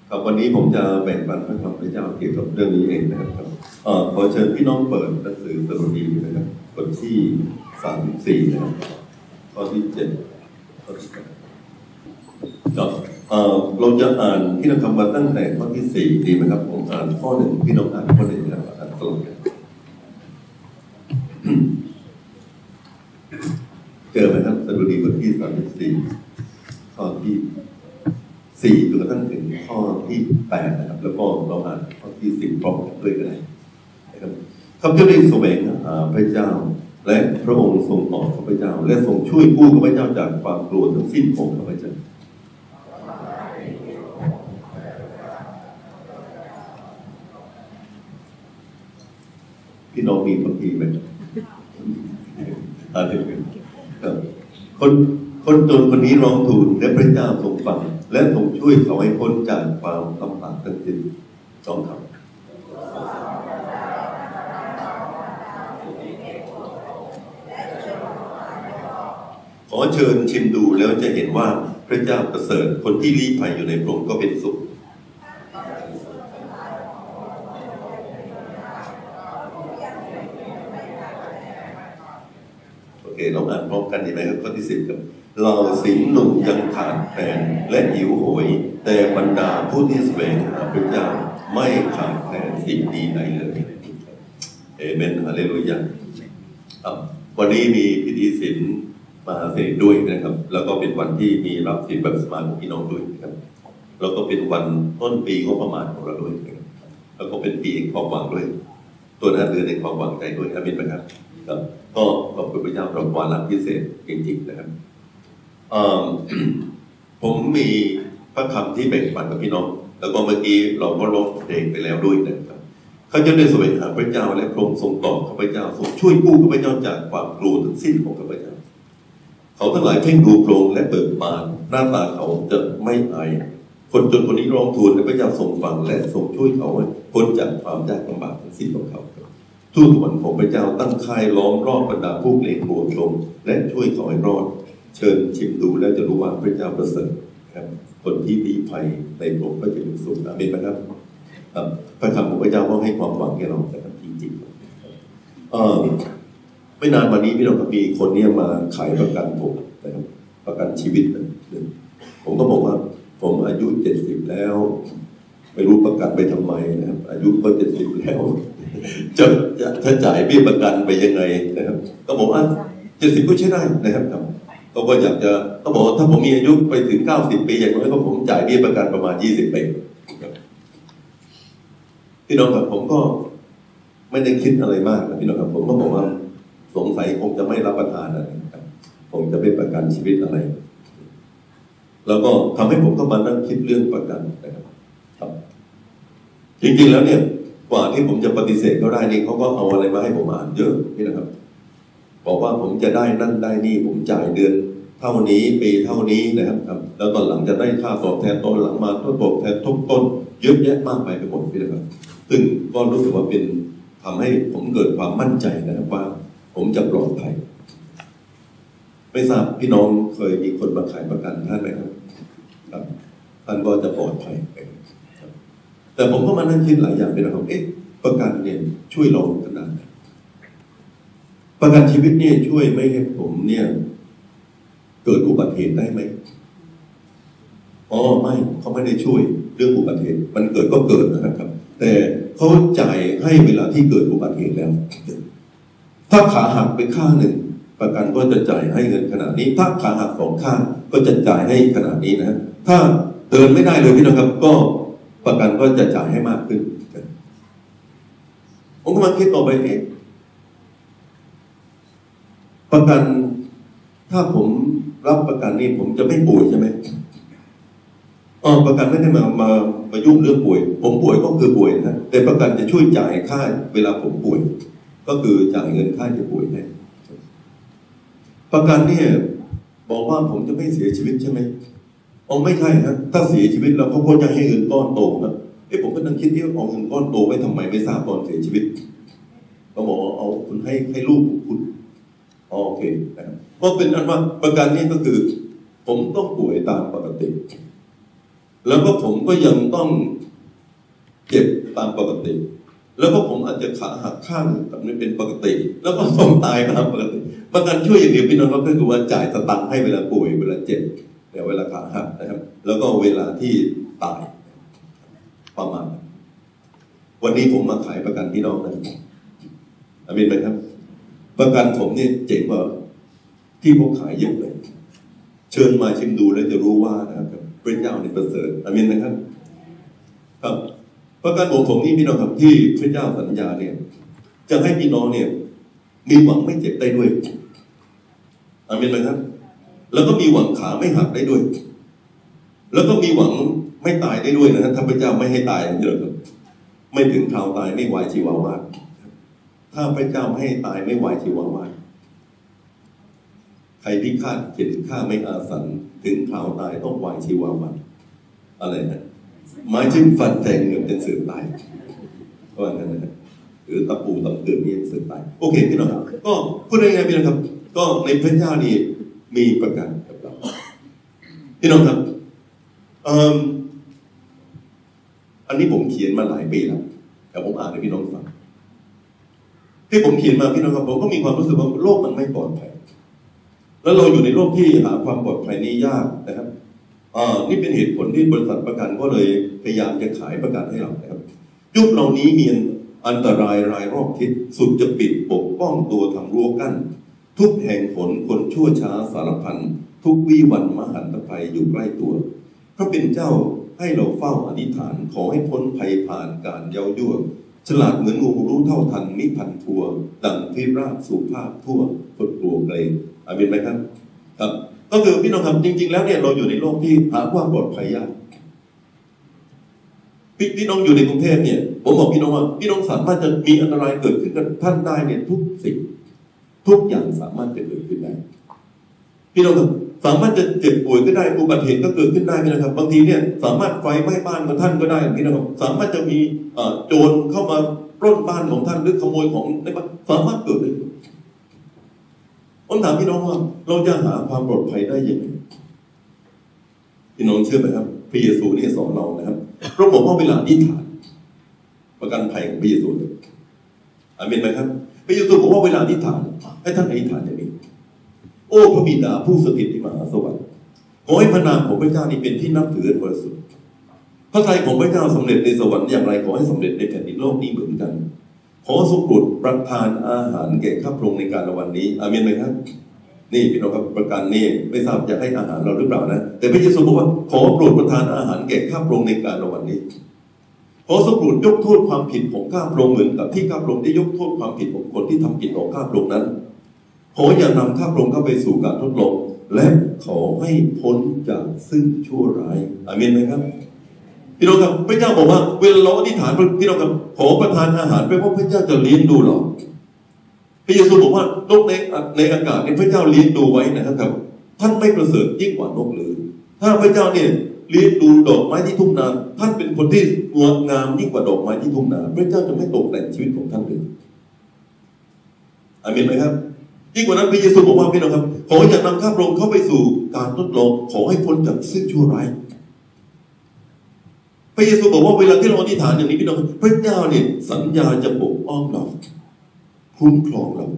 ครับวันนี้ผมจะแบ่งปันพระธรรมพระเจ้าเกี่ยวกับเรื่องนี้เองนะครับขอเชิญพี่น้องเปิดหนังสือสดุดีนะครับบทที่34นะครับข้อที่7ข้อที่8ครับเราจะอ่านที่เราทำมาตั้งแต่ข้อที่4ดีไหมครับผมอ่านข้อ1พี่น้องอ่านข้อ1นะครับอ่านสรุปกันเจอไหมครับสดุดีบทที่34ข้อที่4จนกระทั่งถึงข้อที่8นะครับแล้วก็เราอ่านข้อที่10พร้อมกันด้วยกันนะครับข้าพเจ้าได้แสวงหาพระเจ้าและพระองค์ทรงตอบข้าพเจ้าและทรงช่วยกู้ข้าพเจ้าจากความกลัวทั้งสิ้นของข้าพเจ้าพี่น้องมีบางทีไหมคนจนคนนี้ร้องทูลและพระเจ้าทรงฟังและทรงช่วยเขาให้พ้นจากความลำบากทั้งสิ้นสองคำขอเชิญชิมดูแล้วจะเห็นว่าพระเจ้าประเสริฐคนที่ลี้ภัยอยู่ในพระองค์ก็เป็นสุขโอเคเราอ่านพร้อมกันดีไหมครับข้อที่10ครับเราสิงห์หนุ่มยังขาดแคลนและหิวโหยแต่บรรดาผู้ที่แสวงหาพระเจ้าไม่ขาดแคลนสิ่งดีใดเลยเอเมนฮาเลลูยาวันนี้มีพิธีศีลมหาเสด็จด้วยนะครับแล้วก็เป็นวันที่มีรับศีลแบบสมาของพี่น้องด้วยนะครับแล้วก็เป็นวันต้นปีงบประมาณของเราด้วยนะครับแล้วก็เป็นปีแห่งความหวังด้วยตัวหน้าเดือนในความหวังใจด้วยอาเมนไหมครับก็ขอบคุณพระเจ้าเราวาระพิเศษจริงๆนะครับผมมีพระคำที่แบ่งปันกับพี่น้องแล้วก็เมื่อกี้เราก็ร้องเพลงไปแล้วด้วยนะครับเขาจะได้แสวงหาพระเจ้าและพระองค์ทรงตอบข้าพเจ้าทรงช่วยกู้ข้าพเจ้าจากความกลัวทั้งสิ้นของข้าพเจ้าเขาทั้งหลายเพ่งดูโปร่งและเปิดบานหน้าตาเขาจะไม่อายคนจนคนนี้ร้องทูลและพระเจ้าทรงฟังและทรงช่วยเขาพ้นจากความยากลำบากทั้งสิ้นของเขาทูตสวรรค์ของพระเจ้าตั้งค่ายล้อมรอบบรรดาผู้เกรงกลัวชมและช่วยเขาให้รอดเชิญชิมดูแล้วจะรู้ว่าพระเจ้าประเสริฐครับคนที่ลี้ภัยในพระองค์ก็จะมีสุขอาเมนไหมครับพระคำของพระเจ้าก็ให้ความหวังแก่เราแต่จริงๆไม่นานมานี้พี่น้องมีคนเนี่ยมาขายประกันผมนะครับประกันชีวิตผมก็บอกว่าผมอายุ70แล้วไม่รู้ประกันไปทำไมนะครับอายุก็70แล้วจะจ่ายเบี้ยประกันไปยังไงนะครับก็บอกว่า70ก็ใช้ได้นะครับก็อยากจะก็บอกถ้าผมมีอายุไปถึง90 ปีอย่างน้อยก็ผมจ่ายเบี้ยประกันประมาณ20 ปีพี่น้องครับผมก็ไม่ได้คิดอะไรมากนะพี่น้องครับผมก็บอกว่าสงสัยคงจะไม่รับประทานอะไรครับผมจะไม่ประกันชีวิตอะไรแล้วก็ทำให้ผมก็มานั่งคิดเรื่องประกันนะครับจริงๆแล้วเนี่ยกว่าที่ผมจะปฏิเสธเขาได้นี่เขาก็เอาอะไรมาให้ผมอ่านเยอะนี่นะครับบอกว่าผมจะได้นั่นได้นี่ผมจ่ายเดือนเท่านี้ปีเท่านี้นะครับแล้วตอนหลังจะได้ค่าตอบแทนตอนหลังมาต้นตอบแทนทุกต้นเยอะแยะมากมายไปหมดนี่นะครับซึ่งก็รู้สึกว่าเป็นทำให้ผมเกิดความมั่นใจนะครับว่าผมจะปลอดภัยไม่ทราบพี่น้องเคยมีคนมาขายประกันท่านไหมครับท่านก็จะปลอดภัยแต่ผมก็มานั่งคิดหลายอย่างเลยนะครับประกันเนี่ยช่วยเราขนาดไหนประกันชีวิตเนี่ยช่วยไม่ให้ผมเนี่ยเกิดอุบัติเหตุได้ไหมไม่เขาไม่ได้ช่วยเรื่องอุบัติเหตุมันเกิดก็เกิดนะครับแต่เขาจ่ายให้เวลาที่เกิดอุบัติเหตุแล้วถ้าขาหักไปข้างหนึ่งประกันก็จะจ่ายให้เงินขนาดนี้ถ้าขาหัก2 ข้างก็จะจ่ายให้ขนาดนี้นะถ้าเดินไม่ได้เลยพี่นะครับก็ประกันก็จะจ่ายให้มากขึ้นผมก็มาคิดต่อไปประกันถ้าผมรับประกันนี่ผมจะไม่ป่วยใช่ไหมประกันไม่ได้มายุ่งเรื่องป่วยผมป่วยก็คือป่วยนะแต่ประกันจะช่วยจ่ายค่าเวลาผมป่วยก็คือจ่ายเงินค่าที่ป่วยให้ประกันเนี่ยบอกว่าผมจะไม่เสียชีวิตใช่ไหมไม่ใช่ครับถ้าเสียชีวิตแล้วเขาก็จะให้เงินก้อนโตนะผมก็นั่งคิดว่าเอาเงินก้อนโตไว้ทำไมไม่ทราบตอนเสียชีวิตก็บอกเอาคุณให้ลูกคุณโอเคนะครับก็เป็นอันว่าประกันนี้ก็คือผมต้องป่วยตามปกติแล้วก็ผมก็ยังต้องเจ็บตามปกติแล้วก็ผมอาจจะขาหักข้างแบบนี้เป็นปกติแล้วก็ต้องตายตามปกติประกันช่วยอย่างเดียวพี่น้องก็คือว่าจ่ายสตังค์ให้เวลาป่วยเวลาเจ็บแต่เวลาขาหักนะครับแล้วก็เวลาที่ตายประมาณวันนี้ผมมาขายประกันพี่น้องนะอามินไหมครับประกันผมเนี่ยเจ๋งกว่าที่ผมขายเยอะเลยเชิญมาชิมดูแล้วจะรู้ว่านะครับพระเจ้าในประเสริฐอามินนะครับครับประกันของผมนี่พี่น้องครับที่พระเจ้าสัญญาเนี่ยจะให้พี่น้องเนี่ยมีหวังไม่เจ็บได้ด้วยอามินไหมครับแล้วก็มีหวังขาไม่หักได้ด้วยแล้วก็มีหวังไม่ตายได้ด้วยนะครับถ้าพระเจ้าไม่ให้ตายเยอะไม่ถึงคราวตายไม่วายชีวาวาถ้าพระเจ้าไม่ให้ตายไม่วายชีวาวาใครพิฆาตเข็นฆ่าไม่อาสันถึงคราวตายต้องวายชีวาวาอะไรนะไม้จิ้มฟันแทงเงินเป็นเสือตายก็ว่างั้นนะหรือตะปูตะเกือบนี่เสือตายโอเคพี่น้องก็พูดง่ายๆพี่น้องครับก็ในพระเจ้านี่มีประกันกับเราพี่น้องครับอันนี้ผมเขียนมาหลายปีแล้วแต่ผมอ่านให้พี่น้องฟังที่ผมเขียนมาพี่น้องครับผมก็มีความรู้สึกว่าโลกมันไม่ปลอดภัยแล้วเราอยู่ในโลกที่หาความปลอดภัยนี้ยากนะครับนี่เป็นเหตุผลที่บริษัทประกันก็เลยพยายามจะขายประกันให้เรานะครับยุคเหล่านี้มีอันตรายรายรอบทิศสุดจะปิดปกป้องตัวทำรั้วกั้นทุกแห่งผลคนชั่วช้าสารพันทุกวี่วันมหันตภัยอยู่ใกล้ตัวพระเป็นเจ้าให้เราเฝ้าอธิษฐานขอให้พ้นภัยผ่านการเย้ายั่วฉลาดเหมือนงูรู้เท่าทันมิพันทัวดังที่ราบสู่ภาพทั่วกดกลัวเกรงอามินไหมครับครับก็คือพี่น้องครับจริงๆแล้วเนี่ยเราอยู่ในโลกที่หาความปลอดภัยยากพี่น้องอยู่ในกรุงเทพเนี่ยผมบอกพี่น้องว่าพี่น้องสามารถจะมีอันตรายเกิดขึ้นกับท่านได้เนี่ยทุกสิ่งทุกอย่างสามารถจะเกิดขึ้นได้พี่น้องครับสามารถจะเจ็บป่วยก็ได้อุบัติเหตุก็เกิดขึ้นได้พี่น้องครับบางทีเนี่ยสามารถไฟไหม้บ้านของท่านก็ได้พี่น้องครับสามารถจะมีโจรเข้ามาปล้นบ้านของท่านหรือขโมยของในบ้านสามารถเกิดได้ผมถามพี่น้องว่าเราจะหาความปลอดภัยได้ยังไงพี่น้องเชื่อไหมครับพระเยซูนี่สอนเรานะครับเราบอกว่าเวลาอธิษฐานประกันภัยของพระเยซูอาเมนไหมครับพระเยซูบอกว่าเวลาอธิษฐานให้ท่านอธิษฐานอย่างนี้โอ้พระบิดาผู้สถิตในมหาสวรรค์ขอให้พระนามของพระเจ้านี้เป็นที่นับถือบริสุทธิ์พระทัยของพระเจ้าสำเร็จในสวรรค์อย่างไรขอให้สำเร็จในแผ่นดินโลกนี้เหมือนกันขอทรงโปรดประทานอาหารแก่ข้าพระองค์ในการละวันนี้อาเมนไหมครับนี่พี่น้องครับประกันนี่ไม่ทราบจะให้อาหารเราหรือเปล่านะแต่พระเยซูบอกว่าขอโปรดประทานอาหารแก่ข้าพระองค์ในการละวันนี้ขอทรงโปรดยกโทษความผิดของข้าพระองค์เหมือนกับที่ข้าพระองค์ได้ยกโทษความผิดของคนที่ทำผิดต่อข้าพระองค์นั้นขออย่านำข้าพระองค์เข้าไปสู่การทดลองและขอให้พ้นจากซึ่งชั่วร้ายอาเมนไหมครับพี่น้องครับพระเจ้าบอกว่าเวลาเราอธิษฐานพี่น้องครับขอประทานอาหารไปเพราะพระเจ้าจะเลี้ยงดูเราพระเยซูบอกว่านกในอากาศเนี่ยพระเจ้าเลี้ยงดูไว้นะครับท่านไม่ประเสริฐยิ่งกว่านกเลยถ้าพระเจ้าเนี่ยเลี้ยงดูดอกไม้ที่ทุ่งนาท่านเป็นคนที่งดงามยิ่งกว่าดอกไม้ที่ทุ่งนาพระเจ้าจะไม่ตกแต่งชีวิตของท่านเลยอาเมนไหมครับยิ่งกว่านั้นพระเยซูบอกว่าพี่น้องครับขออย่านำข้าพระองค์เข้าไปสู่การทดลองขอให้พ้นจากซึ่งชั่วร้ายพระเยซูบอกว่าเวลาที่เราอธิษฐานอย่างนี้พี่น้องพระเจ้าเนี่ยสัญญาจะปกป้องเราคุ้มครองเรา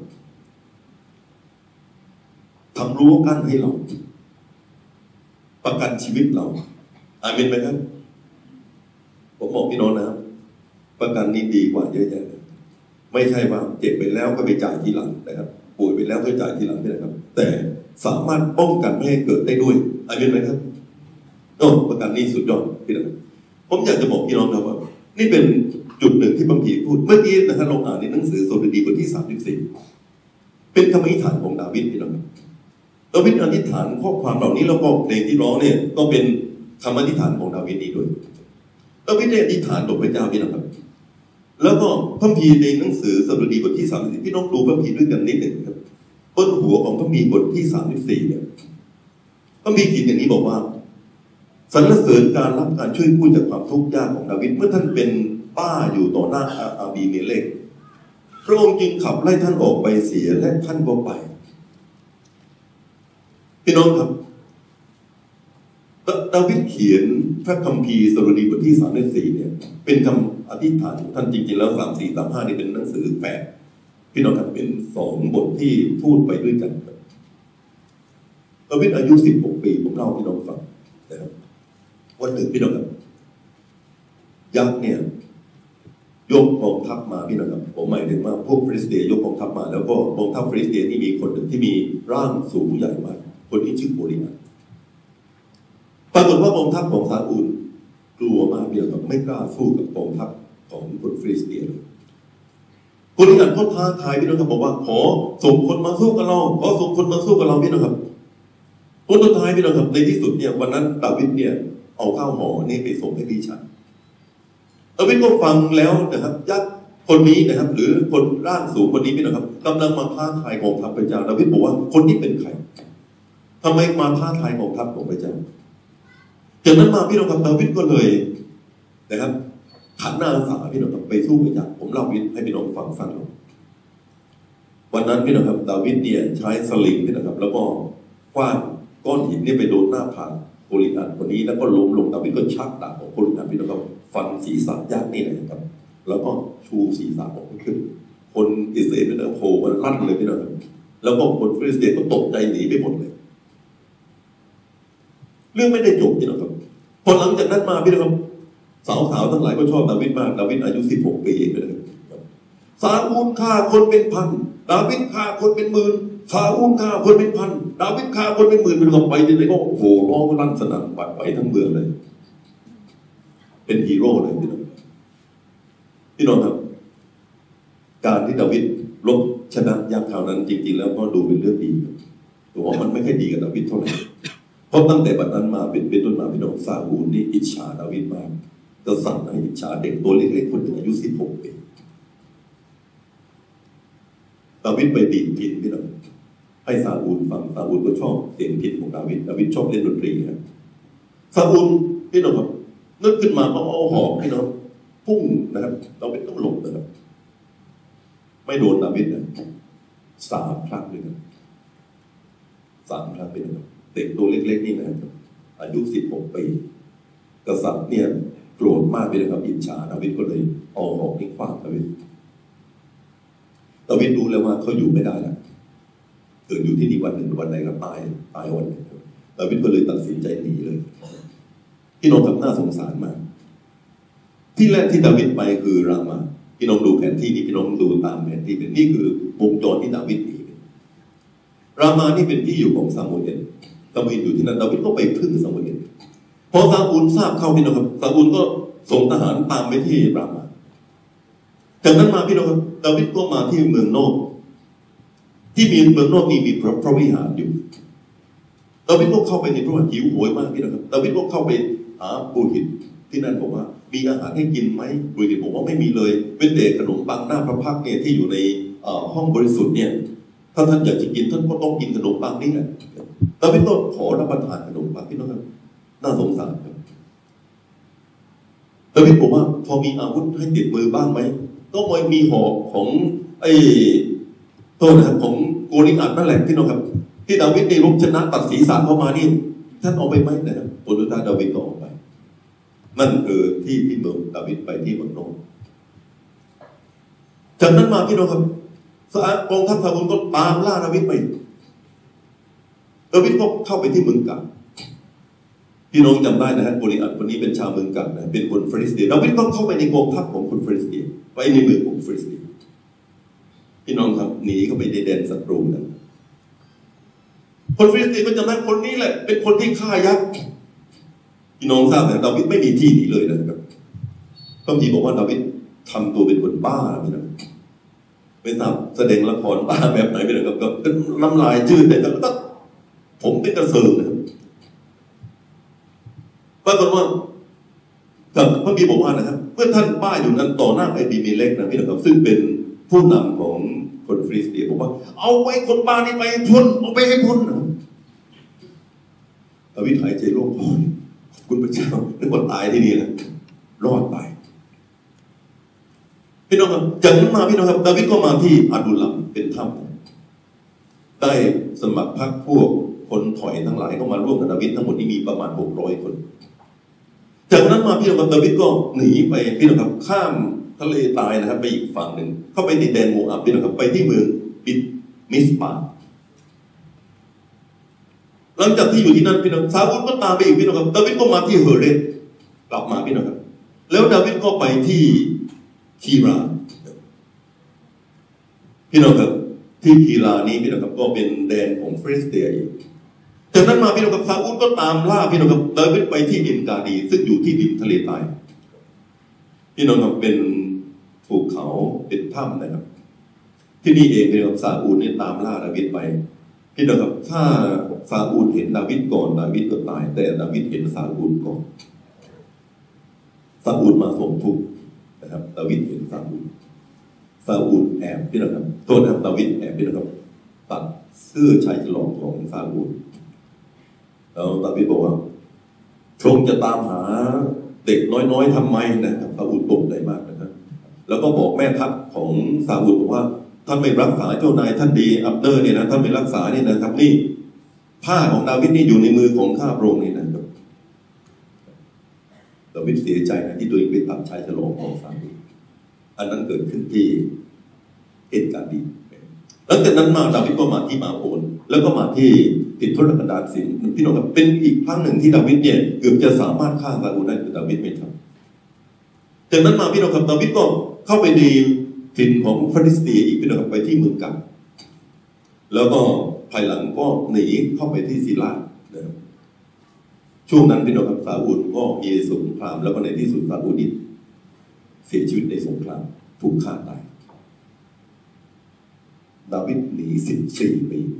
ทำรั้วกั้นให้เราประกันชีวิตเราอาเมนไหมครับผมบอกพี่น้องนะครับประกันนี้ดีกว่าเยอะแยะไม่ใช่ว่าเจ็บไปแล้วก็ไปจ่ายทีหลังนะครับป่วยไปแล้วก็จ่ายทีหลังไม่ได้ครับแต่สามารถป้องกันไม่ให้เกิดได้ด้วยอาเมนไหมครับโอ้ประกันนี้สุดยอดพี่น้องผมอยากจะบอกพี่น้องนะว่านี่เป็นจุดหนึ่งที่บางทีพูดเมื่อกี้นะครับเราอ่านในหนังสือสดุดีบทที่34เป็นคำอธิษฐานของดาวิดพี่น้องดาวิดอธิษฐานข้อความเหล่านี้แล้วก็เพลงที่ร้องเนี่ยก็เป็นคำอธิษฐานของดาวิดนี้ด้วยดาวิดได้อธิษฐานต่อพระเจ้าพี่น้องครับแล้วก็พระคัมภีร์ในหนังสือสดุดีบทที่34พี่น้องดูพระคัมภีร์ด้วยกันนิดหนึ่งครับบนหัวของพระคัมภีร์บทที่34เนี่ยพระคัมภีร์เขียนอย่างนี้บอกว่าสรรเสริญการรับการช่วยกู้จากความทุกข์ยากของดาวิดเมื่อท่านเป็นป้าอยู่ต่อหน้าอาบีเมเลกพระองค์จึงขับไล่ท่านออกไปเสียและท่านก็ไปพี่น้องครับดาวิดเขียนพระคัมภีร์สดุดีบทที่34เนี่ยเป็นคำอธิษฐานของท่านจริงๆแล้ว34-35นี่เป็นหนังสือแปดพี่น้องครับเป็น2 บทที่พูดไปด้วยกันดาวิดอายุ16 ปีผมเล่าพี่น้องฟังนะครับวันหนึ่งพี่น้องครับยักษ์เนี่ยยกกองทัพมาพี่น้องครับผมหมายถึงว่าพวกฟิลิสเตียยกกองทัพมาแล้วก็กองทัพฟิลิสเตียนี่มีคนหนึ่งที่มีร่างสูงใหญ่มากคนนี้ชื่อโกลิอัทปรากฏว่ากองทัพของซาอูลกลัวมากพี่น้องครับไม่กล้าสู้กับกองทัพของคนฟิลิสเตียเลยโกลิอัทก็ท้าทายพี่น้องครับบอกว่าขอส่งคนมาสู้กับเราขอส่งคนมาสู้กับเราพี่น้องครับคนสุดท้ายพี่น้องครับในที่สุดเนี่ยวันนั้นดาวิดเนี่ยเอาข้าวห่อนี่ไปส่งให้พี่ชายดาวิดก็ฟังแล้วนะครับยักษ์คนนี้นะครับหรือคนร่างสูงคนนี้พี่น้องครับกำลังมาท้าทายกองทัพพระเจ้าดาวิดบอกว่าคนนี้เป็นใครทำไมมาท้าทายกองทัพของพระเจ้าจากนั้นมาพี่น้องครับดาวิดก็เลยนะครับขันอาสาพี่น้องครับไปสู้กับยักษ์ผมเล่าให้พี่น้องฟังสั้นวันนั้นพี่น้องครับดาวิดเนี่ยใช้สลิงพี่น้องครับแล้วก็คว้างก้อนหินนี่ไปโดนหน้าผากโกลิอัทคนนี้แล้วก็ล้มลงดาวิดก็ชักดาบของโกลิอัทพี่น้องครับฟันศีรษะยักษ์นี่นะครับแล้วก็ชูศีรษะออกขึ้นคนอิสราเอลเนี่ยโผล่มันลั่นเลยพี่น้องครับแล้วก็คนฟิลิสเตียนก็ตกใจหนีไปหมดเลยเรื่องไม่ได้จบพี่น้องครับพอหลังจากนั้นมาพี่น้องครับสาวๆทั้งหลายก็ชอบดาวิดมากดาวิดอายุ16 ปีเองเลยซาอูลฆ่าคนเป็นพันดาวิดฆ่าคนเป็นหมื่นซาอูลฆ่าคนเป็นพันดาวิดฆ่าคนเป็นหมื่นเป็นลงไปที่ไหนก็โอ้โหร้องลั่นสนั่นปัดไปทั้งเมืองเลยเป็นฮีโร่เลยพี่น้องครับการที่ดาวิดลบชนะยักษ์คราวนั้นจริงๆแล้วก็ดูเป็นเรื่องดีแต่ว่ามันไม่ค่อยดีกับดาวิดเท่าไหร่เพราะตั้งแต่บัดนั้นมาเป็นต้นมาพี่น้องซาอูลนี่อิจฉาดาวิดมากก็สั่งให้อิจฉาเด็กตัวเล็กๆคนหนึ่งอายุ16 ปีดาวิดไปดีดพิณพี่น้องให้ซาอูลฟังซาอูลก็ชอบเสียงพิณของดาวิดชอบเล่นดนตรีครับซาอูลพี่น้องครับนึกขึ้นมาเขาเอาหอกพี่น้องพุ่งนะครับดาวิดต้องหลบนะครับไม่โดนดาวิดนะ3 ครั้งเลยนะ3 ครั้งเป็นเด็กตัวเล็กๆนี่นะครับอายุ16 ปีกษัตริย์เนี่ยโกรธมากเลยนะครับอิจฉาดาวิดก็เลยเอาหอกนี่คว้างดาวิดรู้แล้วว่าเขาอยู่ไม่ได้แล้วเกิดอยู่ที่นี่วันหนึ่งวันใดก็ตายวันหนึ่งดาวิดก็เลยตัดสินใจหนีเลยพี่น้องครับน่าสงสารมากที่แรกที่ดาวิดไปคือรามาพี่น้องดูแผนที่นี้พี่น้องดูตามแผนที่เป็นนี่คือวงจรที่ดาวิดหนีรามานี่เป็นที่อยู่ของซามูเอลอยู่ที่นั่นดาวิดก็ไปพึ่งซามูเอลพอซาอูลทราบเข้าพี่น้องครับซาอูลก็ส่งทหารตามไปที่รามาจากนั้นมาพี่น้องครับดาวิดก็มาที่เมืองนอกที่มีเมืองนอกมีพระวิหารอยู่ดาวิดก็เข้าไปในพระวิหารหิวโหยมากพี่น้องครับดาวิดก็เข้าไปหาปุโรหิตที่นั่นบอกว่ามีอาหารให้กินไหมปุโรหิตบอกว่าไม่มีเลยเป็นแต่ขนมปังหน้าพระพักตร์เนี่ยที่อยู่ในห้องบริสุทธิ์เนี่ยถ้าท่านอยากจะกินท่านก็ต้องกินขนมปังนี่แหละดาวิดก็ขอรับประทานขนมปังพี่น้องครับน่าสงสารครับดาวิดบอกว่าพอมีอาวุธให้ติดมือบ้างไหมก็มีหอกของตัวนะครับของโกลิอัทนั่นแหละพี่น้องครับที่ดาวิดในรบชนะตัดศีรษะเข้ามานี่ท่านเอาไปไหมนะครับผลสุดท้ายดาวิดก็ออกไปนั่นคือที่เมืองดาวิดไปที่เมืองนอกจากนั้นมาพี่น้องครับกองทัพซาอูลก็ตามล่าดาวิดไปดาวิดก็เข้าไปที่เมืองกัดพี่น้องจำได้นะฮะโกลิอัทคนนี้เป็นชาวเมืองกัดนะเป็นคนฟิลิสเตียดาวิดก็เข้าไปในกองทัพของคนฟิลิสเตียไปในเมืองของฟิลิสเตียพี่น้องครับหนีเข้าไปในแดนศัตรูนั้นคนฟิลิสเตียก็จำได้คนนี้แหละเป็นคนที่ฆ่ายักษ์พี่น้องทราบไหมดาวิดไม่มีที่หนีเลยนะครับต้องทีบอกว่าดาวิดทำตัวเป็นคนบ้าพี่น้องไม่ทราบแสดงละครบ้าแบบไหนพี่น้องครับก็น้ำลายจืดแต่ก็ผมเป็นกระเซิงนะครับปรากฏว่าพระบีบอกว่านะครับเมื่อท่านบ้าอยู่นั้นต่อหน้าไอบีเมเล็กนะพี่น้องครับซึ่งเป็นผู้นำของคนฟิลิสเตียบอกว่าเอาไว้คนบ้านี่ไปให้พ้นเอาไปให้พ้นนะดาวิดหายใจโล่งพอคุณพระเจ้านึกว่าตายที่นี่นะรอดไปพี่น้องครับจากนั้นมาพี่น้องครับดาวิดก็มาที่อาดุลัมเป็นถ้ำได้สมัครพรรคพวกคนถอยทั้งหลายก็มาร่วมกับดาวิดทั้งหมดที่มีประมาณ600 คนจากนั้นมาพี่น้องครับดาวิดก็หนีไปพี่น้องครับข้ามทะเลตายนะครับไปอีกฝั่งหนึ่งเข้าไปที่แดนโมอับพี่น้องครับไปที่เมืองมิสปาหลังจากที่อยู่ที่นั่นพี่น้องซาอูลก็ตามไปอีกพี่น้องครับดาวิดก็มาที่เฮเรตกลับมาพี่น้องครับแล้วดาวิดก็ไปที่คีราพี่น้องครับที่คีรานี้พี่น้องครับก็เป็นแดนของฟิลิสเตียอีกจากนั้นมาพี่น้องครับซาอูลก็ตามล่าพี่น้องครับดาวิดไปที่เอ็นกาดีซึ่งอยู่ที่ริมทะเลทรายพี่น้องครับเป็นภูเขาเป็นถ้ำนะครับที่นี่เองพี่น้องครับซาอูลเนี่ยตามล่าดาวิดไปพี่น้องครับถ้าซาอูลเห็นดาวิดก่อนดาวิดก็ตายแต่ดาวิดเห็นซาอูลก่อนซาอูลมาสมทุกข์นะครับดาวิดเห็นซาอูลแอบพี่น้องครับโทษนะครับดาวิดแอบพี่น้องครับตัดเสื้อชายฉลองของซาอูลแล้วดาวิดบอกว่าพระองค์จะตามหาเด็กน้อยๆทำไมนะครับซาอูลตกใจมากนะครับแล้วก็บอกแม่ทัพของซาอูลบอกว่าท่านไม่รักษาเจ้านายท่านดีอับเนอร์เนี่ยนะท่านไม่รักษาเนี่ยนะครับนี่ผ้าของดาวิดนี่อยู่ในมือของข้าพระองค์นี่นะครับดาวิดเสียใจนะที่ตัวเองไปตัดชายฉลองของซาอูลอันนั้นเกิดขึ้นที่เอ็นกาดีหลังจากนั้นมาดาวิดก็มาที่มาโอนแล้วก็มาที่ติดทุรกันดารสินพี่น้องครับเป็นอีกครั้งหนึ่งที่ดาวิดเนี่ยเกือบจะสามารถฆ่าซาอูลได้แต่ดาวิดไม่ทำจากนั้นมาพี่น้องครับดาวิดก็เข้าไปในถิ่นของฟิลิสเตียอีกพี่น้องครับไปที่เมืองกัดแล้วก็ภายหลังก็หนีเข้าไปที่ศิลานะครับช่วงนั้นพี่น้องครับซาอูลก็มีสงครามแล้วก็ในที่สุดซาอูลนี่เสียชีวิตในสงครามถูกฆ่าตายดาวิดหนี14 ปี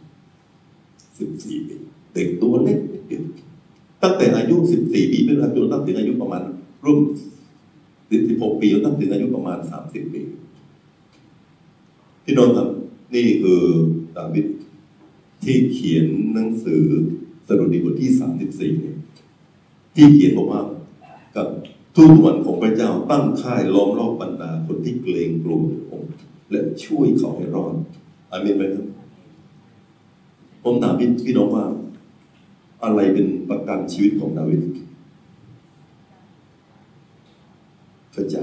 เด็กตัวเล็กตั้งแต่อายุ14 ปีเป็นจนตั้งถึงอายุประมาณร่วม16 ปีจนตั้งถึงอายุประมาณ30 ปีพี่น้องครับนี่คือดาวิดที่เขียนหนังสือสดุดีบทที่34ที่เขียนบอกว่ากับทูตวันของพระเจ้าตั้งค่ายล้อมรอบบรรดาคนที่เกรงกลัวองค์และช่วยเขาให้รอดอาเมนไหมครับผมถามพี่น้องว่าอะไรเป็นประกันชีวิตของดาวิดพระเจ้า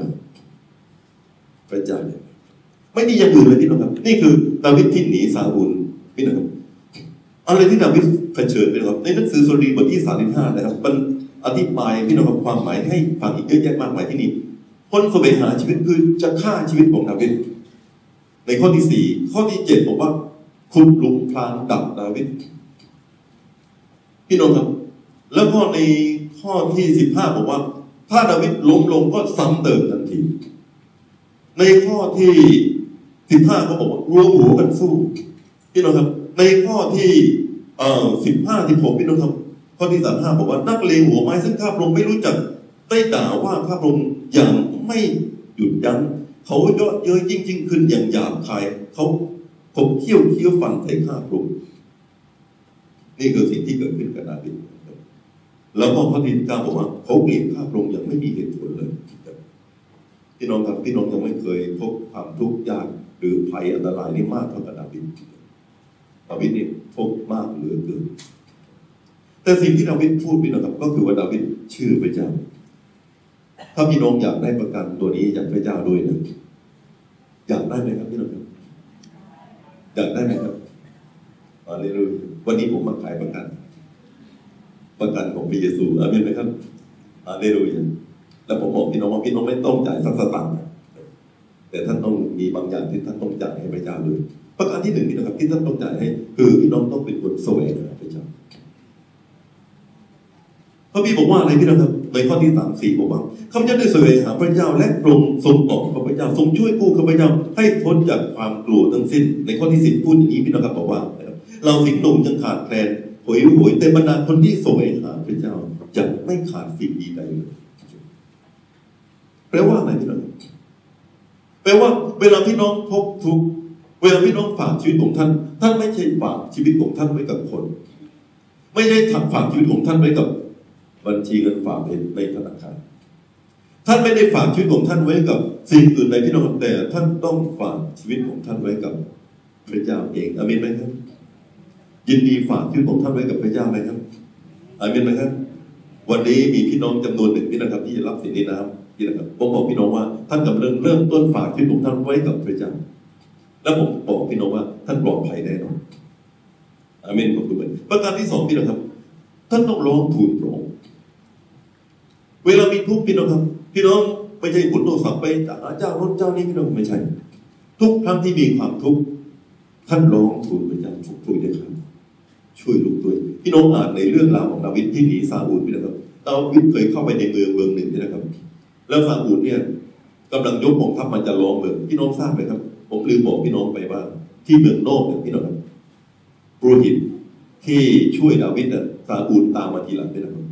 ไม่มีอย่างอื่นเลยพี่น้องครับนี่คือดาวิดที่หนีซาอูลพี่น้องครับอะไรที่ดาวิดเผชิญพี่น้องครับในหนังสือสดุดีบทที่35นะครับมันอธิบายพี่น้องครับความหมายให้ฟังอีกเยอะแยะมากมายที่นี่คนแสวงหาชีวิตคือจะฆ่าชีวิตของดาวิดในข้อที่4ข้อที่7บอกว่าขุดหลุมพรางดับดาวิดพี่น้องครับแล้วก็ในข้อที่15บอกว่าถ้าดาวิดล้มลงก็ซ้ำเติมทันทีในข้อที่15เขาบอกว่ารวมหัวกันสู้พี่น้องครับในข้อที่15-16พี่น้องครับข้อที่35บอกว่านักเลงหัวไม้ซึ่งข้าพระองค์ไม่รู้จักได้ด่าว่าข้าพระองค์อย่างไม่หยุดยั้งเขาเยอะเย้ยยิ่งขึ้นอย่างหยาบคายเขาเคี้ยวฟันใส่ข้าพระองค์นี่คือสิ่งที่เกิดขึ้นกับดาวิดแล้วก็ข้อที่9บอกว่าเขาเกลียดข้าพระองค์อย่างไม่มีเหตุผลเลยพี่น้องครับพี่น้องยังไม่เคยพบความทุกข์ยากหรือภัยอันตรายนี่มากเท่ากับดาวิดนี่พบมากเหลือเกินแต่สิ่งที่ดาวิดพูดพี่น้องครับก็คือว่าดาวิดเชื่อพระเจ้าถ้าพี่น้องอยากได้ประกันตัวนี้จากพระเจ้าด้วยนะอยากได้ไหมครับพี่น้องครับอยากได้ไหมครับวันนี้ผมมาขายประกันของพระเยซูอาเมนไหมครับอาเลลูยาแล้วผมบอกพี่น้องว่าพี่น้องไม่ต้องจ่ายสักสตางค์แต่ท่านต้องมีบางอย่างที่ท่านต้องจ่ายให้พระเจ้าด้วยประการที่1พี่น้องครับที่ท่านต้องจ่ายให้คือพี่น้องต้องเป็นคนแสวงหาพระเจ้าพระบิดบอกว่าอะไรพี่น้องครับในข้อที่3-4บอกว่าข้าพเจ้าได้แสวงหาพระเจ้าและพระองค์ทรงตอบข้าพเจ้าทรงช่วยกู้ข้าพเจ้าให้พ้นจากความกลัวทั้งสิ้นในข้อที่10พูดอย่างนี้พี่น้องครับบอกว่าเราสิงหนุ่มยังขาดแคลนหวยแต่บรรดาคนที่แสวงหาพระเจ้าจะไม่ขาดสิ่งดีใดเลยแปลว่าอะไรพี่น้องแปลว่าเวลาพี่น้องพบทุกข์เวลาพี่น้องฝากชีวิตของท่านไม่ใช่ฝากชีวิตของท่านไว้กับคนไม่ใช่ฝากชีวิตของท่านไว้กับบัญชีเงินฝากในธนาคารท่านไม่ได้ฝากชีวิตของท่านไว้กับสิ่งอื่นใดพี่น้องแต่ท่านต้องฝากชีวิตของท่านไว้กับพระเจ้าเองอาเมนไหมครับยินดีฝากชีวิตของท่านไว้กับพระเจ้าไหมครับอาเมนไหมครับวันนี้มีพี่น้องจำนวนหนึ่งพี่นะครับที่รับสิทธิน้ำพี่นะครับผมบอกพี่น้องว่าท่านกำลังเริ่มต้นฝากชีวิตของท่านไว้กับพระเจ้าแล้วผมบอกพี่น้องว่าท่านปลอดภัยแน่นอนอาเมนขอบคุณประการที่สองพี่นะครับท่านต้องร้องทูลพระองค์เวลามีทุกข์พี่น้องครับพี่น้องไม่ใช่ขุนโทรศัพท์ไปหาเจ้าโน้นเจ้านี้พี่น้องไม่ใช่ทุกครั้งที่มีความทุกข์ท่านร้องทูลพระเจ้าช่วยด้วยครับช่วยลูกด้วยพี่น้องอ่านในเรื่องราวของดาวิดที่หนีซาอูลพี่นะครับดาวิดเคยเข้าไปในเมืองหนึ่งพี่นะครับแล้วซาอูลเนี่ยกำลังยกกองทัพมันจะล้อมเมืองพี่น้องทราบไหมครับผมลืมบอกพี่น้องไปว่าที่เมืองโนบเนี่ยพี่น้องครับปุโรหิตที่ช่วยดาวิดน่ะซาอูลตามมาทีหลังพี่นะครับ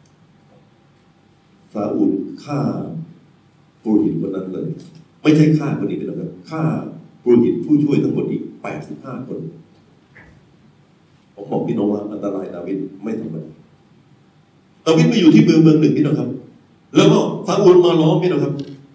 ซาอูลฆ่าปุโรหิตคนนั้นเลยไม่ใช่ฆ่าคนนี้พี่นะครับฆ่าปุโรหิตผู้ช่วยทั้งหมดอีก85 คนผมบอกพี่น้องว่าอันตรายดาวิดไม่ธรรมดาดาวิดไปอยู่ที่เมืองหนึ่งพี่น้องครับแล้วก็ซาอูลมาล้อมพี่น้องครับ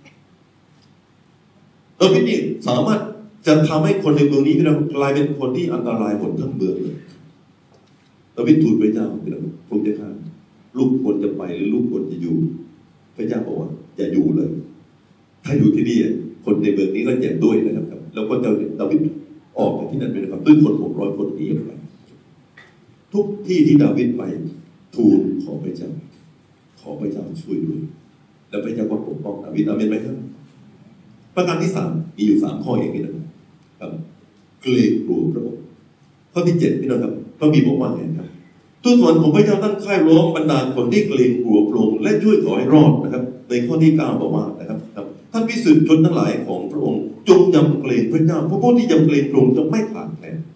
ดาวิดนี่สามารถจะทำให้คนในเมืองนี้พี่น้องกลายเป็นคนที่อันตรายหมดทั้งเมืองเลยดาวิดทูลพระเจ้าพี่น้องพระเจ้าข้าลูกควรจะไปหรือลูกควรจะอยู่พระเจ้าบอกว่าอย่าอยู่เลยถ้าอยู่ที่นี่คนในเมืองนี้ก็เจ็บด้วยนะครับแล้วก็ดาวิดออกจากที่นั่นไปนะครับด้วยคน600 คนนี้ไปทุกที่ที่ดาวิดไปทูลขอพระเจ้าช่วยด้วยแล้วพระเจ้าก็ปกป้องดาวิดอาเมนไหมครับประการที่3มีอยู่3 ข้อเองนะครับเกรงกลัวพระองค์ข้อที่7พี่น้องครับพระบีบอกว่าไงครับทูตสวรรค์ของพระเจ้าตั้งค่ายล้อมบรรดาคนที่เกรงกลัวพระองค์และช่วยขอให้รอดนะครับในข้อที่9บอกว่านะครับท่านพิสุทธิ์ชนทั้งหลายของพระองค์จงยำเกรงพระเจ้าผู้ที่ยำเกรงพระองค์จะไม่ขาดแคลน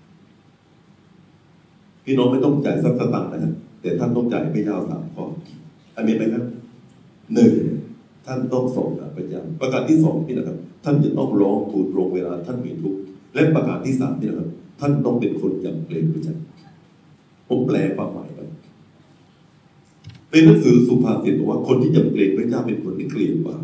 พี่น้องไม่ต้องจ่ายสักสตางค์นะครับแต่ท่านต้องจ่ายพระเจ้า3 ข้ออันนี้ไหมครับ1ท่านต้องส่งพระเจ้าประการที่2พี่นะครับท่านจะต้องร้องทูลพระองค์เวลาท่านมีทุกข์และประการที่3พี่นะครับท่านต้องเป็นคนยำเกรงพระเจ้าผมแปลความหมายครับเป็นหนังสือสุภาษิตบอกว่าคนที่ยำเกรงพระเจ้าเป็นคนที่เกลียดบาป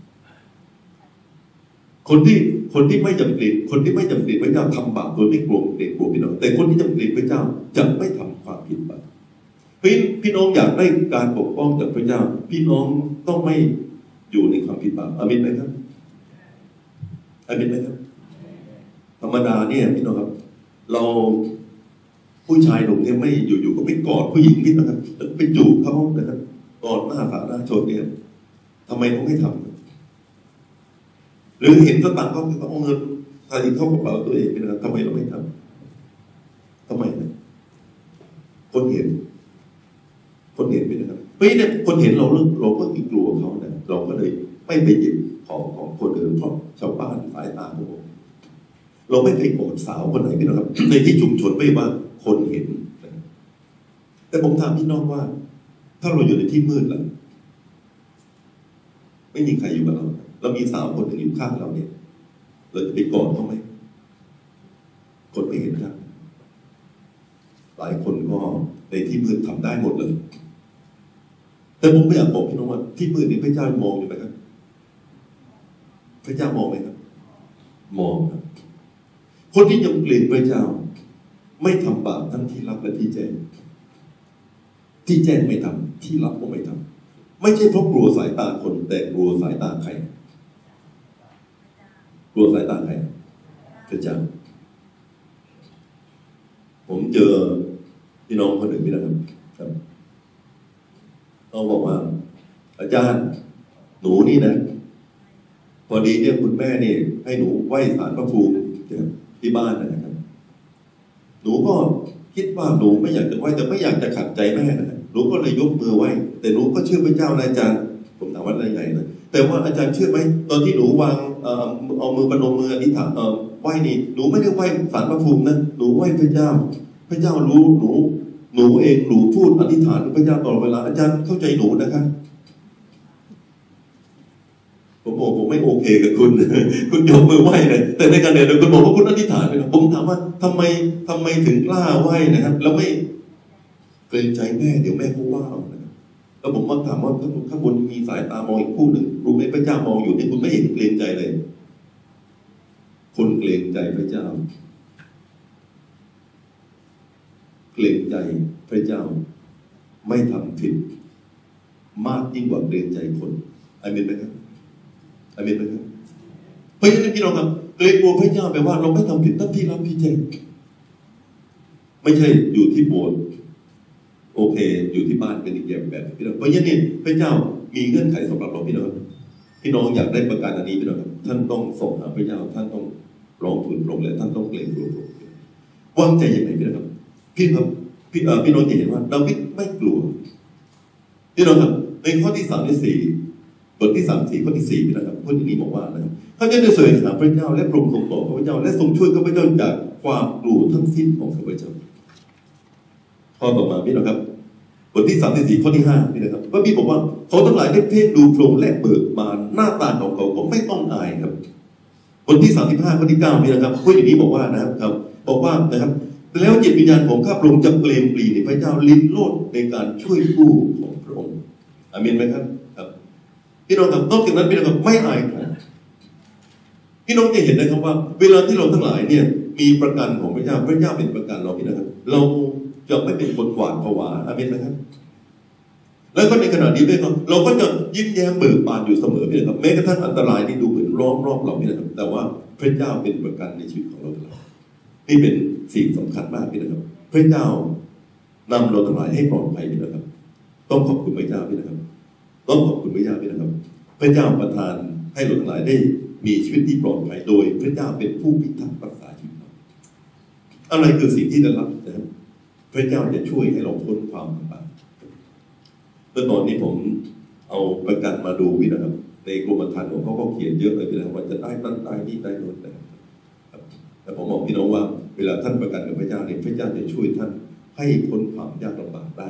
คนที่ไม่ยำเกรงพระเจ้าทำบาปโดยไม่กลัวพี่น้องแต่คนที่ยำเกรงพระเจ้าจะไม่ทำความผิดบาปพี่น้องอยากได้การปกป้องจากพระเจ้าพี่น้องต้องไม่อยู่ในความผิดบาปอาเมนไหมครับอาเมนไหมครับธรรมดาเนี่ยพี่น้องครับเราผู้ชายหนุ่มเนี่ยไม่อยู่ๆก็ไปกอดผู้หญิงพี่นะครับไปจูบเขานะครับกอดหน้าสาธารณชนเนี่ยทำไมเขาไม่ทำหรือเห็นสตังค์เขาเอาเงินใส่เข้ากระเป๋าตัวเองนะครับทำไมเราไม่ทำทำไมนะคนเห็นไปนะครับเนี่ยคนเห็นเราก็กลัวเขานะเราก็เลยไม่ไปหยิบของคนอื่นของชาวบ้านสายตาของเราไม่เคยโกรธสาวคนไหนพี่นะครับในที่ชุมชนไม่ว่าคนเห็นแต่ผมถามพี่น้องว่าถ้าเราอยู่ในที่มืดล่ะไม่มีใครอยู่กับเรามีสาวคนหนึ่งอยู่ข้างเราเนี่ยเราจะไปกอดเขาไหมคนไม่เห็นครับหลายคนก็ในที่มืดทำได้หมดเลยแต่ผมไม่อยากบอกพี่น้องว่าที่มืดนี้พระเจ้ามองอยู่ไหมครับพระเจ้ามองไหมครับมองครับคนที่ยำเกรงพระเจ้าไม่ทำบาปทั้งที่รับและที่แจ้งไม่ทำที่รับก็ไม่ทำไม่ใช่เพราะกลัวสายตาคนแต่กลัวสายตาใครกลัวสายตาใครพระเจ้าผมเจอพี่น้องคนหนึ่งพี่นะครับเขาบอกว่าอาจารย์หนูนี่นะพอดีเนี่ยคุณแม่นี่ให้หนูไหว้ศาลพระภูมิที่บ้านนะครับหนูก็คิดว่าหนูไม่อยากจะไหว้แต่ไม่อยากจะขัดใจแม่นะหนูก็เลยยกมือไหว้แต่หนูก็เชื่อพระเจ้านะอาจารย์ผมถามว่าอะไรไงนะแต่ว่าอาจารย์เชื่อไหมตอนที่หนูวางเอามือประนมมืออธิษฐานไหว้นี่หนูไม่ได้ไหว้ศาลพระภูมินะหนูไหว้พระเจ้าพระเจ้ารู้หนูเองหนูพูดอธิษฐานพระเจ้าตลอดเวลาอาจารย์เข้าใจหนูนะครับผมบอกผมไม่โอเคกับคุณคุณยกมือไหว้เลยแต่ในการเดินคุณบอกว่าคุณอธิษฐานเลยผมถามว่าทำไมถึงกล้าไหว้นะครับแล้วไม่เกรงใจแม่เดี๋ยวแม่ก็ว่าแล้วผมก็ถามว่าข้างบนมีสายตามองอีกคู่หนึ่งรู้ไหมพระเจ้ามองอยู่ที่คุณไม่เห็นเกรงใจเลยคนเกรงใจพระเจ้าเกรงใจพระเจ้าไม่ทำผิดมากยิ่งกว่าเกรงใจคนอาเมนไหมครับอาเมนไหมครับเพราะฉะนั้นพี่น้องครับเกรงกลัวพระเจ้าแปลว่าเราไม่ทำผิดตั้งที่รับพี่แจ้งไม่ใช่อยู่ที่โบสถ์โอเคอยู่ที่บ้านเป็นอีกแบบพี่น้องเพราะฉะนั้นพระเจ้ามีเงื่อนไขสำหรับเราพี่น้องพี่น้องอยากได้ประการอันนี้พี่น้องครับท่านต้องส่งหาพระเจ้าท่านต้องร้องทูลพระองค์และท่านต้องเกรงกลัวพระองค์วางใจอย่างไรพี่น้องครับพี่น้องจะเห็นว่าดาวิดไม่กลัวพี่น้องครับในข้อที่3ที่4บทที่3 4ข้อที่4พี่น้องครับพูดอย่างนี้บอกว่านะครับเขาจะได้แสวงหาพระเจ้าและพระองค์ทรงตอบข้าพเจ้าและทรงช่วยข้าพเจ้าจากความกลัวทั้งสิ้นของข้าพเจ้าข้อต่อมาพี่น้องครับบทที่3ที่4ข้อที่5พี่น้องครับพระบิดาบอกว่าเขาทั้งหลายได้เพ่งดูพระองค์และเบิกบานหน้าตาของเขาก็ไม่ต้องอายครับบทที่35ข้อที่9พี่น้องครับพูดอย่างนี้บอกว่านะครับบอกว่านะครับแล้วจิตวิญญาณของข้าพระองค์จะเปล่งปลั่งในพระเจ้าลิ้นโลดในการช่วยกู้ของพระองค์อาเมนไหมครับครับพี่น้องครับนอกจากนั้นพี่น้องครับไม่อายใครพี่น้องจะเห็นนะครับว่าเวลาที่เราทั้งหลายเนี่ยมีประกันของพระเจ้าพระเจ้าเป็นประกันเราพี่น้องครับเราจะไม่เป็นคนหวาดผวาอาเมนไหมครับแล้วก็ในขณะนี้ด้วยครับเราก็จะยิ้มแย้มเบิกบานอยู่เสมอพี่น้องครับแม้กระทั่งอันตรายที่ดูเหมือนล้อมรอบเราพี่น้องครับแต่ว่าพระเจ้าเป็นประกันในชีวิตของเรานี่เป็นสิ่งสำคัญมากพี่นะครับพระเจ้านำเราทั้งหลายให้ปลอดภัยพี่นะครับต้องขอบคุณพระเจ้าพี่นะครับต้องขอบคุณพระเจ้าพี่นะครับพระเจ้าประทานให้เราทั้งหลายได้มีชีวิตที่ปลอดภัยโดยพระเจ้าเป็นผู้พิทักษ์รักษาชีวิตเราอะไรคือสิ่งที่ได้รับนะครับพระเจ้าจะช่วยให้เราพ้นความลำบากเมื่อตอนนี้ผมเอาประกันมาดูพี่นะครับในกรมธรรม์ของเขาก็เขียนเยอะเลยพี่นะครับว่าจะได้นั่นได้นี่ได้โน่นได้แต่ผมบอกพี่น้องว่าเวลาท่านประกันกับพระเจ้าเนี่ยพระเจ้าจะช่วยท่านให้พ้นความยากลำบากได้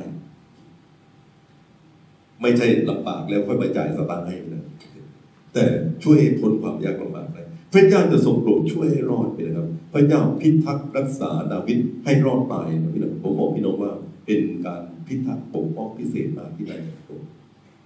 ไม่ใช่ลำบากแล้วค่อยไปจ่ายสตางค์ให้นะแต่ช่วยให้พ้นความยากลำบากได้พระเจ้าจะทรงโปรดช่วยให้รอดไปนะครับพระเจ้าพิทักษ์รักษาดาวิดให้รอดตายนะพี่น้องผมบอกพี่น้องว่าเป็นการพิทักษ์ปกป้องพิเศษมากที่ได้จากพระองค์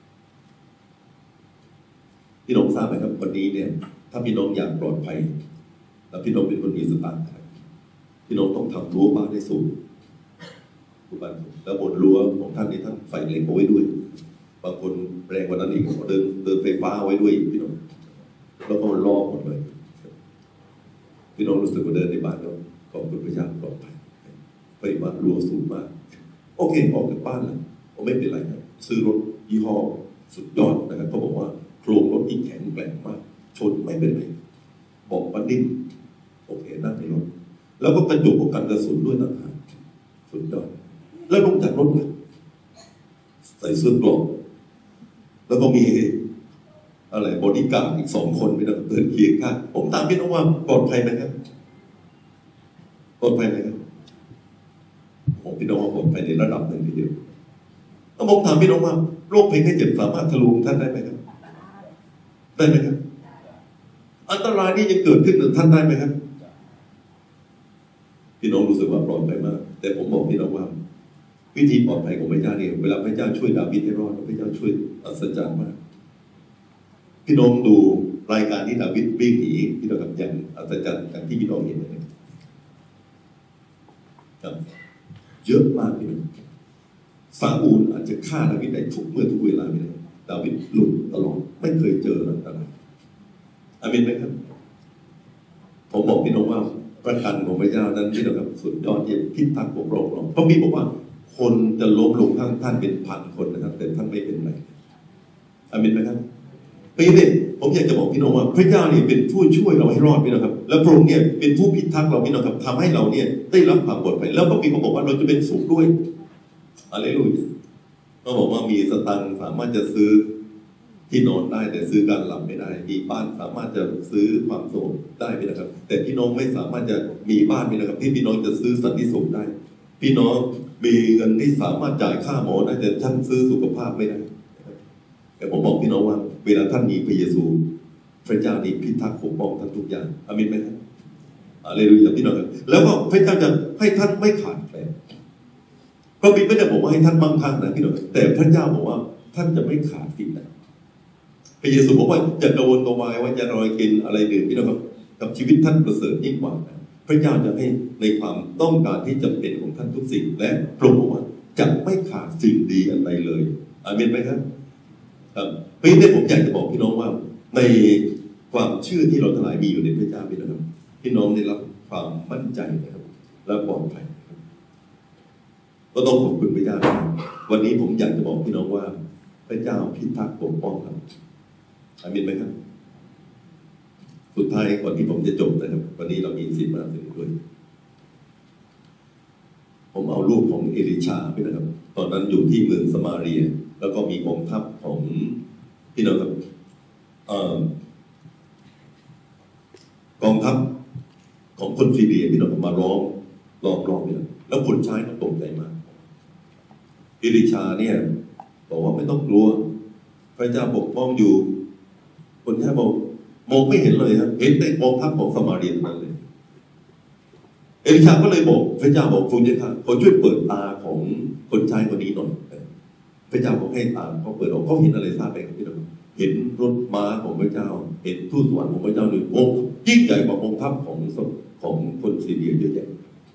พี่น้องทราบไหมครับวันนี้เนี่ยถ้าพี่น้องอยากปลอดภัยแล้วพี่น้องเป็นคนมีสตางค์พี่น้องต้องทำรั้วบ้านให้สูงบ้านแล้วบนรั้วของท่านนี่ท่านใส่เหล็กเอาไว้ด้วยบางคนแรงกว่านั้นอีกเดินไฟฟ้าไว้ด้วยพี่น้องแล้วก็มันล้อหมดเลยพี่น้องรู้สึกว่าเดินในบ้านก็ขอบคุณพระเจ้าปลอดภัยไปบ้านรั้วสูงมากโอเคออกจากบ้านแล้วก็ไม่เป็นไรครับซื้อรถยี่ห้อสุดยอดนะครับเขาบอกว่าโครงรถที่แข็งแกร่งมากชนไม่เป็นไรบอกปันดิ้นโอเคนั่งในรถแล้วก็กระจกป้องกันกระสุนด้วยต่างหากสุดยอดแล้วลงจากรถเลยใส่เสื้อเกราะแล้วก็มีอะไรบอดี้การ์ดอีก2 คนไปเดินเคียงข้างผมถามพี่น้องว่าปลอดภัยไหมครับปลอดภัยไหมครับผมพี่น้องว่าปลอดภัยในระดับหนึ่งทีเดียวแล้วผมถามพี่น้องว่าโรคภัยไข้เจ็บสามารถทะลุท่านได้ไหมครับได้ไหมครับอันตรายนี่จะเกิดขึ้นกับท่านได้ไหมครับพี่น้องรู้สึกว่าปลอดภัยมากแต่ผมบอกพี่น้องว่าวิธีปลอดภัยของพระเจ้าเนี่ยเวลาพระเจ้าช่วยดาวิดให้รอดพระเจ้าช่วยอัศจรรย์มากพี่น้องดูรายการที่ดาวิดวิ่งหนีพี่น้องกับอย่างอัศจรรย์อย่างที่พี่น้องเห็นเลยครับเยอะมากพี่น้องซาอูลอาจจะฆ่าดาวิดได้ทุกเมื่อทุกเวลาไม่ได้ดาวิดหลุดตลอดไม่เคยเจออันตรายอาเมนไหมครับผมบอกพี่น้องว่าประกันของพระเจ้านั้นที่เรากับสุดยอดที่พิทักษ์ปกป้องเราเพราะพี่บอกว่าคนจะล้มลงข้างท่านเป็น1,000 คนนะครับแต่ท่านไม่เป็นไรอาเมนไหมครับพี่เนี่ยผมอยากจะบอกพี่น้องว่าพระเจ้าเนี่ยเป็นผู้ช่วยเราให้รอดพี่น้องครับและพระองค์เนี่ยเป็นผู้พิทักษ์เราพี่น้องครับทำให้เราเนี่ยได้รับความปลอดภัยแล้วก็พี่เขาบอกว่าเราจะเป็นสุขด้วยอะไรรู้เขาบอกว่ามีสตังค์สามารถจะซื้อที่นอนได้แต่ซื้อการหลับไม่ได้มีบ้านสามารถจะซื้อความสุขได้พี่นะครับแต่พี่น้องไม่สามารถจะมีบ้านพี่นะครับที่พี่น้องจะซื้อสันติสุขได้พี่น้องมีเงินที่สามารถจ่ายค่าหมอได้แต่ท่านซื้อสุขภาพไม่ได้แต่ผมบอกพี่น้องว่าเวลาท่านมีพระเยซูพระเจ้านี่พิทักษ์ปกป้องท่านทุกอย่างอาเมนไหมครับอะไรรู้อย่างพี่น้องครับแล้วก็พระเจ้าจะให้ท่านไม่ขาดแคลนพระบิดาไม่ได้บอกว่าให้ท่านมั่งคั่งนะพี่น้องแต่พระเจ้าบอกว่าท่านจะไม่ขาดสิ่งใดพระเยซูบอกว่าจะกระวนกระวายว่าจะรอยกินอะไรดื่มพี่น้องครับกับชีวิตท่านประเสริฐยิ่งกว่าพระเจ้าจะให้ในความต้องการที่จำเป็นของท่านทุกสิ่งและพระองค์บอกว่าจะไม่ขาดสิ่งดีอะไรเลยอาเมนไหมครับครับเพราะฉะนั้นผมอยากจะบอกพี่น้องว่าในความเชื่อที่เราทั้งหลายมีอยู่ในพระเจ้าพี่น้องพี่น้องได้รับความมั่นใจนะครับและปลอดภัยก็ต้องขอบคุณพระเจ้าวันนี้ผมอยากจะบอกพี่น้องว่าพระเจ้าพิทักษ์ปกป้องเราอาเมนไหมครับสุดท้ายก่อนที่ผมจะจบนะครับวันนี้เรามีสิทธิ์มาถึงด้วยผมเอารูปของเอลิชาพี่นะครับตอนนั้นอยู่ที่เมืองสมาเรียแล้วก็มีกองทัพของพี่น้องครับกองทัพของคนซีเรียพี่น้องมาล้อมพี่น้องแล้วคนใช้ก็ตกใจมากเอลิชาเนี่ยบอกว่าไม่ต้องกลัวพระเจ้าปกป้องอยู่คนใช้บอกมองไม่เห็นเลยครับเห็นแต่กองทัพของสมาเรียนั่นเลยเอลิชาก็เลยบอกพระเจ้าบอกคุณเจ้าค่ะขอช่วยเปิดตาของคนใช้คนนี้หน่อยพระเจ้าก็ให้ตาเขาเปิดออกเขาเห็นอะไรทราบไหมครับพี่น้องเห็นรถม้าของพระเจ้าเห็นทูตสวรรค์ของพระเจ้าหนึ่งองค์ยิ่งใหญ่กว่ากองทัพของคนซีเรียเยอะแยะ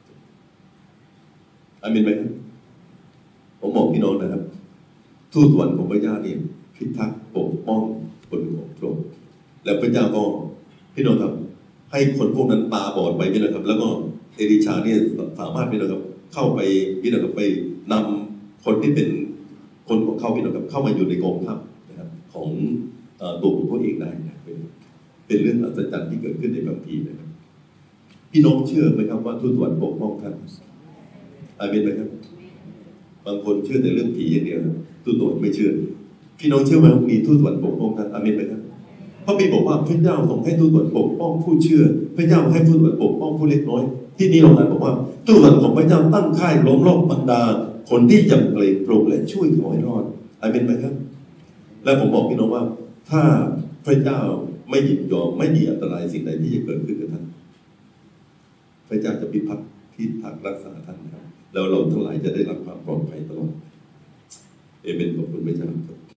อาเมนไหมครับผมบอกพี่น้องนะครับทูตสวรรค์ของพระเจ้าเนี่ยพิทักษ์ปกป้องคนของพระองค์แล้วพระเจ้าก็พี่น้องครับให้คนพวกนั้นตาบอดไปพี่น้องครับแล้วก็เอลิชาเนี่ยสามารถพี่น้องครับเข้าไปพี่น้องครับไปนำคนที่เป็นคนของเขาพี่น้องครับเข้ามาอยู่ในกองทัพนะครับของตัวของเขาเองได้นะเป็นเรื่องอัศจรรย์ที่เกิดขึ้นในบางทีนะครับพี่น้องเชื่อไหมครับว่าทูตสวรรค์ปกป้องท่านอาเมนไหมครับบางคนเชื่อแต่เรื่องผีอย่างเดียวทูตสวรรค์ไม่เชื่อพี่น้องเชื่อไหมว่ามีทูตสวรรค์ปกป้องท่านอาเมนไหมครับพระบิดาบอกว่าพระเจ้าทรงให้ทูตสวรรค์ปกป้องผู้เชื่อพระเจ้าให้ทูตสวรรค์ปกป้องผู้เล็กน้อยที่นี่เราอ่านบอกว่าทูตสวรรค์ของพระเจ้าตั้งค่ายล้อมรอบบรรดาคนที่ยำเกรงพระองค์และช่วยเขาให้รอดอาเมนไหมครับและผมบอกพี่น้องว่าถ้าพระเจ้าไม่ยินยอมไม่มีอันตรายสิ่งใดที่จะเกิดขึ้นกับท่านพระเจ้าจะพิทักษ์รักษาท่านครับแล้วเราทั้งหลายจะได้รับความ